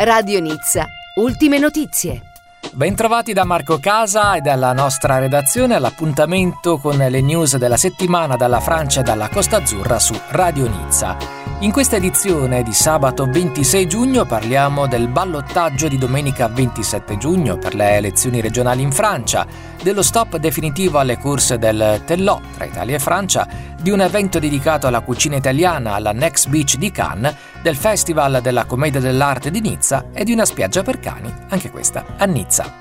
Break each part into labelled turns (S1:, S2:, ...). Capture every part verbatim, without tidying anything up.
S1: Radio Nizza, ultime notizie.
S2: Bentrovati da Marco Casa e dalla nostra redazione all'appuntamento con le news della settimana dalla Francia e dalla Costa Azzurra su Radio Nizza. In questa edizione di sabato ventisei giugno parliamo del ballottaggio di domenica ventisette giugno per le elezioni regionali in Francia, dello stop definitivo alle corse del Tellò tra Italia e Francia, di un evento dedicato alla cucina italiana alla Next Beach di Cannes, del Festival della Commedia dell'Arte di Nizza e di una spiaggia per cani, anche questa a Nizza.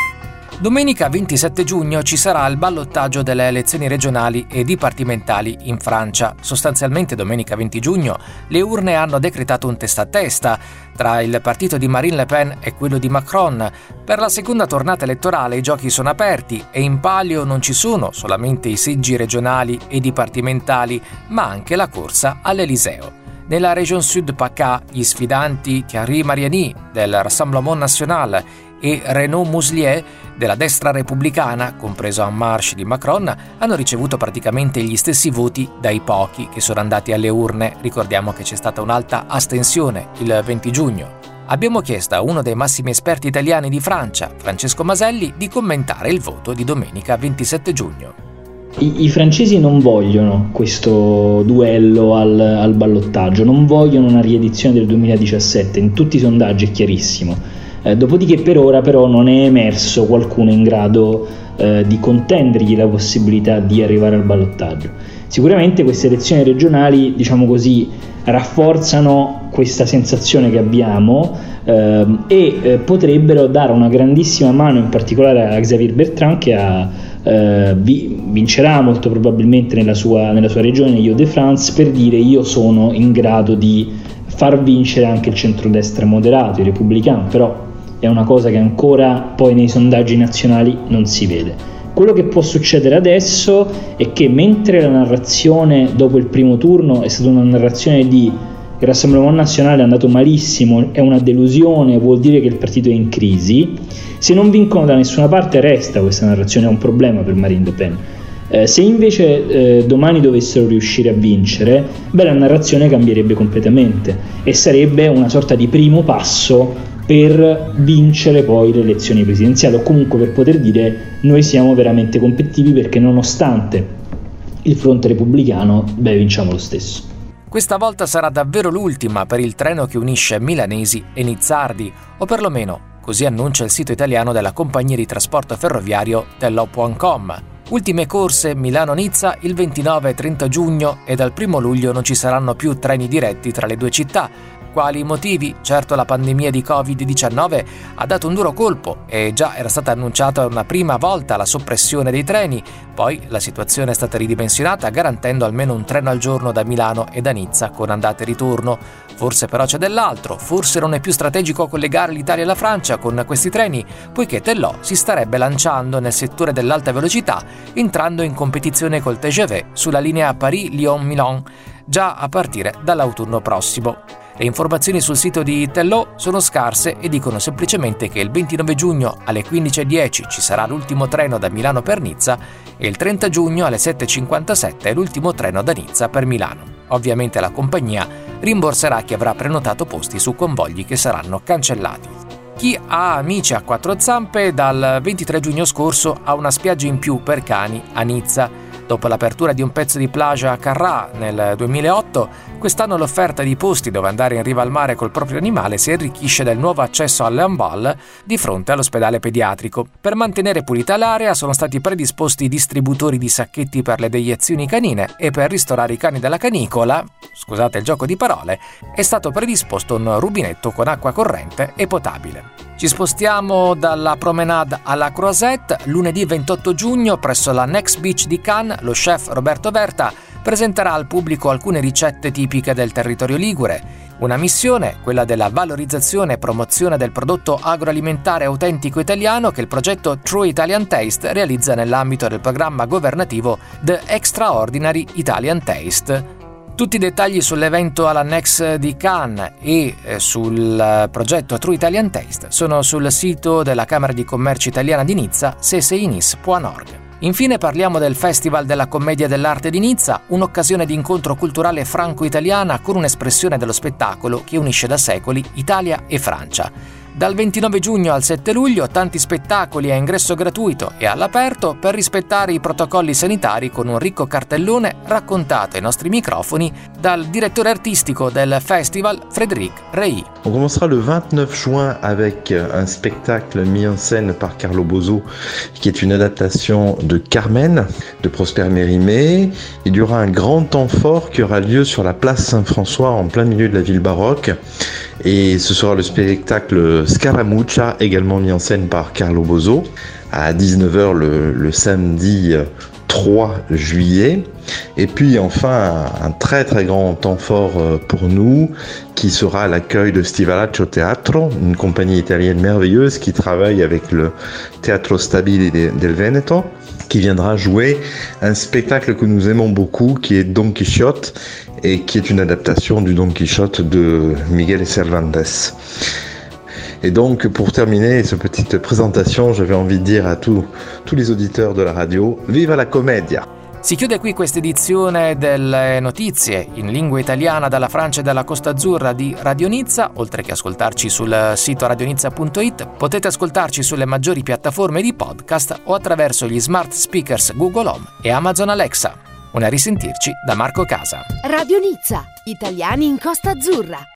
S2: Domenica ventisette giugno ci sarà il ballottaggio delle elezioni regionali e dipartimentali in Francia. Sostanzialmente domenica venti giugno le urne hanno decretato un testa a testa tra il partito di Marine Le Pen e quello di Macron. Per la seconda tornata elettorale i giochi sono aperti e in palio non ci sono solamente i seggi regionali e dipartimentali, ma anche la corsa all'Eliseo. Nella Région Sud PACA gli sfidanti Thierry Mariani del Rassemblement National e Renaud Muselier della destra repubblicana, compreso En Marche di Macron, hanno ricevuto praticamente gli stessi voti dai pochi che sono andati alle urne. Ricordiamo che c'è stata un'alta astensione il venti giugno. Abbiamo chiesto a uno dei massimi esperti italiani di Francia, Francesco Maselli, di commentare il voto di domenica ventisette giugno.
S3: I, I francesi non vogliono questo duello al, al ballottaggio, non vogliono una riedizione del duemiladiciassette, in tutti i sondaggi è chiarissimo. Eh, dopodiché per ora però non è emerso qualcuno in grado eh, di contendergli la possibilità di arrivare al ballottaggio. Sicuramente queste elezioni regionali, diciamo così, rafforzano questa sensazione che abbiamo eh, e eh, potrebbero dare una grandissima mano in particolare a Xavier Bertrand, che ha, eh, vi, vincerà molto probabilmente nella sua, nella sua regione, Île-de-France, per dire: io sono in grado di far vincere anche il centrodestra moderato, i repubblicani, però è una cosa che ancora poi nei sondaggi nazionali non si vede. Quello che può succedere adesso è che mentre la narrazione dopo il primo turno è stata una narrazione di il Rassemblement National è andato malissimo, è una delusione, vuol dire che il partito è in crisi, se non vincono da nessuna parte resta questa narrazione, è un problema per Marine Le Pen. Eh, se invece eh, domani dovessero riuscire a vincere, beh, la narrazione cambierebbe completamente e sarebbe una sorta di primo passo per vincere poi le elezioni presidenziali, o comunque per poter dire: noi siamo veramente competitivi, perché nonostante il fronte repubblicano, beh, vinciamo lo stesso.
S2: Questa volta sarà davvero l'ultima per il treno che unisce milanesi e nizzardi, o perlomeno così annuncia il sito italiano della compagnia di trasporto ferroviario Tellò punto com. Ultime corse Milano-Nizza il ventinove e trenta giugno e dal primo luglio non ci saranno più treni diretti tra le due città. Quali i motivi? Certo, la pandemia di covid diciannove ha dato un duro colpo e già era stata annunciata una prima volta la soppressione dei treni, poi la situazione è stata ridimensionata garantendo almeno un treno al giorno da Milano e da Nizza con andata e ritorno. Forse però c'è dell'altro, forse non è più strategico collegare l'Italia e la Francia con questi treni, poiché Tellò si starebbe lanciando nel settore dell'alta velocità, entrando in competizione col T G V sulla linea Paris-Lyon-Milan, già a partire dall'autunno prossimo. Le informazioni sul sito di Tellò sono scarse e dicono semplicemente che il ventinove giugno alle quindici e dieci ci sarà l'ultimo treno da Milano per Nizza e il trenta giugno alle sette e cinquantasette l'ultimo treno da Nizza per Milano. Ovviamente la compagnia rimborserà chi avrà prenotato posti su convogli che saranno cancellati. Chi ha amici a quattro zampe dal ventitré giugno scorso ha una spiaggia in più per cani a Nizza. Dopo l'apertura di un pezzo di plage a Carrà nel duemilaotto, quest'anno l'offerta di posti dove andare in riva al mare col proprio animale si arricchisce del nuovo accesso all'Ambal di fronte all'ospedale pediatrico. Per mantenere pulita l'area sono stati predisposti distributori di sacchetti per le deiezioni canine e per ristorare i cani della canicola, scusate il gioco di parole, è stato predisposto un rubinetto con acqua corrente e potabile. Ci spostiamo dalla promenade alla Croisette. Lunedì ventotto giugno presso la Next Beach di Cannes lo chef Roberto Verta presenterà al pubblico alcune ricette tipiche del territorio ligure. Una missione, quella della valorizzazione e promozione del prodotto agroalimentare autentico italiano che il progetto True Italian Taste realizza nell'ambito del programma governativo The Extraordinary Italian Taste. Tutti i dettagli sull'evento alla Next di Cannes e sul progetto True Italian Taste sono sul sito della Camera di Commercio Italiana di Nizza, c s i n i s punto org. Infine parliamo del Festival della Commedia dell'Arte di Nizza, un'occasione di incontro culturale franco-italiana con un'espressione dello spettacolo che unisce da secoli Italia e Francia. Dal ventinove giugno al sette luglio tanti spettacoli a ingresso gratuito e all'aperto per rispettare i protocolli sanitari con un ricco cartellone raccontato ai nostri microfoni dal direttore artistico del festival Frédéric Rey.
S4: On commencera le vingt-neuf juin avec un spectacle mis en scène par Carlo Boso qui est une adaptation de Carmen de Prosper Mérimée. Il y aura un grand temps fort qui aura lieu sur la place Saint-François en plein milieu de la ville baroque. Et ce sera le spectacle Scaramuccia, également mis en scène par Carlo Boso, à dix-neuf heures le, le samedi trois juillet. Et puis enfin un très très grand temps fort pour nous qui sera l'accueil de Stivalaccio Teatro, une compagnie italienne merveilleuse qui travaille avec le Teatro Stabile del Veneto, qui viendra jouer un spectacle que nous aimons beaucoup qui est Don Quichotte et qui est une adaptation du Don Quichotte de Miguel Cervantes. Et donc, pour terminer cette petite présentation, j'avais envie de dire à tous, tous les auditeurs de la radio, viva la commedia!
S2: Si chiude qui questa edizione delle notizie in lingua italiana dalla Francia e dalla Costa Azzurra di Radio Nizza. Oltre che ascoltarci sul sito radionizza punto it, potete ascoltarci sulle maggiori piattaforme di podcast o attraverso gli smart speakers Google Home e Amazon Alexa. Un a risentirci da Marco Casa.
S1: Radio Nizza, italiani in Costa Azzurra.